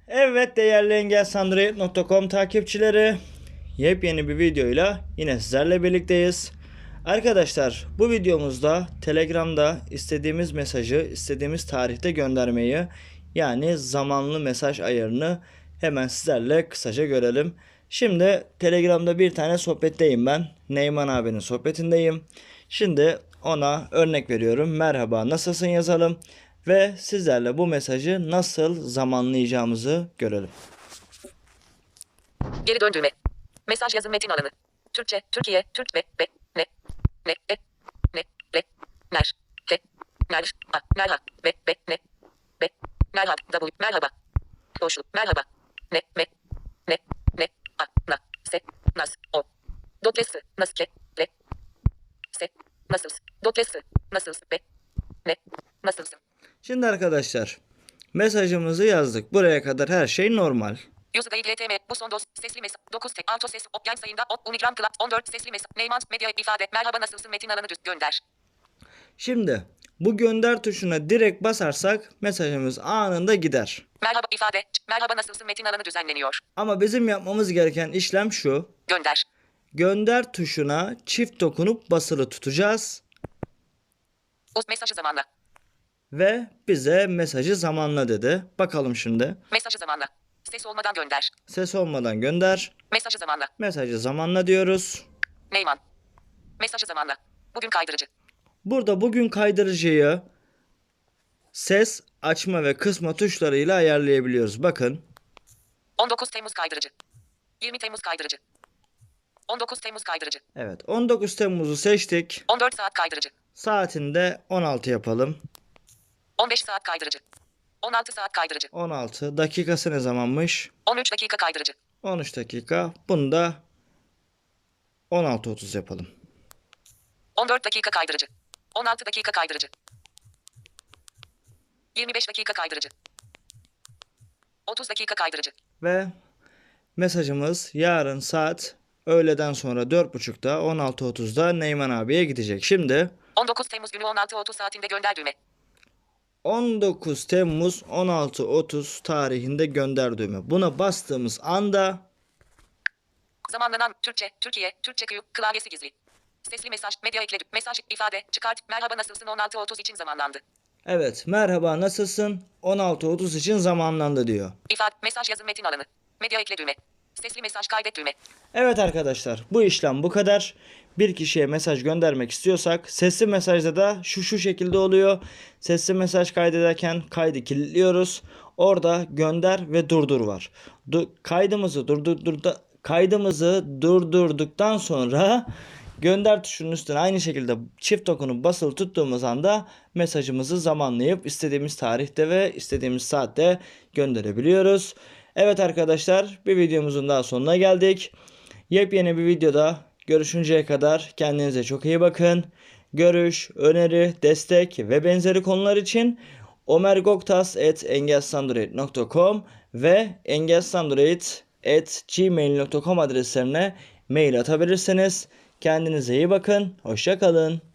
Evet değerli engelsandroid.com takipçileri, yepyeni bir videoyla yine sizlerle birlikteyiz. Arkadaşlar, bu videomuzda Telegram'da istediğimiz mesajı istediğimiz tarihte göndermeyi, yani zamanlı mesaj ayarını hemen sizlerle kısaca görelim. Şimdi Telegram'da bir tane sohbetteyim ben. Neyman abinin sohbetindeyim. Şimdi ona örnek veriyorum. Merhaba, nasılsın yazalım. Ve sizlerle bu mesajı nasıl zamanlayacağımızı görelim. Geri döndürme. Mesaj yazım metin alanı. Türkçe, Türkiye, Türk ve ne, ner, he, ner, a, merha, ne, merhaba, merhaba, hoşluk, merhaba, ne, a, na, se, nas, o, dotlesi, naske, le, se, nasılsın, dotlesi, nasılsın, ne, nasılsın. Şimdi arkadaşlar, mesajımızı yazdık. Buraya kadar her şey normal. User IGTM, bu son dos, sesli mesaj, 9 tek, auto ses, yan sayında, Unigram Club, 14 sesli mesaj, Neyman, medya ifade, merhaba nasılsın metin alanı düz, gönder. Şimdi bu gönder tuşuna direkt basarsak mesajımız anında gider. Merhaba ifade, merhaba nasılsın metin alanı düzenleniyor. Ama bizim yapmamız gereken işlem şu. Gönder. Gönder tuşuna çift dokunup basılı tutacağız. O mesajı zamanla. Ve bize mesajı zamanla dedi. Bakalım şimdi. Mesajı zamanla. Ses olmadan gönder. Ses olmadan gönder. Mesajı zamanla. Mesajı zamanla diyoruz. Neyman. Mesajı zamanla. Bugün kaydırıcı. Burada bugün kaydırıcıyı ses açma ve kısma tuşlarıyla ayarlayabiliyoruz. Bakın. 19 Temmuz kaydırıcı. 20 Temmuz kaydırıcı. 19 Temmuz kaydırıcı. Evet, 19 Temmuz'u seçtik. 14 saat kaydırıcı. Saatinde 16 yapalım. 15 saat kaydırıcı. 16 saat kaydırıcı. 16 dakikası ne zamanmış? 13 dakika kaydırıcı. 13 dakika. Bunu da 16:30 yapalım. 14 dakika kaydırıcı. 16 dakika kaydırıcı. 25 dakika kaydırıcı. 30 dakika kaydırıcı. Ve mesajımız yarın saat öğleden sonra 4.30'da 16:30'da Neyman abiye gidecek. Şimdi 19 Temmuz günü 16:30 saatinde gönder düğme. 19 Temmuz 16:30 tarihinde gönder düğme. Buna bastığımız anda Zamanlanan Türkçe, Türkiye, Türkçe klavyesi gizli. Sesli mesaj, medya ekledi, mesaj, ifade, çıkart, merhaba nasılsın 16:30 için zamanlandı. evet, merhaba nasılsın 16:30 için zamanlandı diyor. İfade, mesaj yazım metin alanı. Medya ekle düğme. Sesli mesaj kaydet düğme. Evet arkadaşlar, bu işlem bu kadar. Bir kişiye mesaj göndermek istiyorsak sesli mesajda da şu şekilde oluyor. Sesli mesaj kaydederken kaydı kilitliyoruz. Orada gönder ve durdur var. Kaydımızı durdurduktan sonra gönder tuşunun üstüne aynı şekilde çift dokunup basılı tuttuğumuz anda mesajımızı zamanlayıp istediğimiz tarihte ve istediğimiz saatte gönderebiliyoruz. Evet arkadaşlar, bir videomuzun daha sonuna geldik. Yepyeni bir videoda görüşünceye kadar kendinize çok iyi bakın. Görüş, öneri, destek ve benzeri konular için omergoktas@engelsandroid.com ve engelsandroid@gmail.com adreslerine mail atabilirsiniz. Kendinize iyi bakın. Hoşça kalın.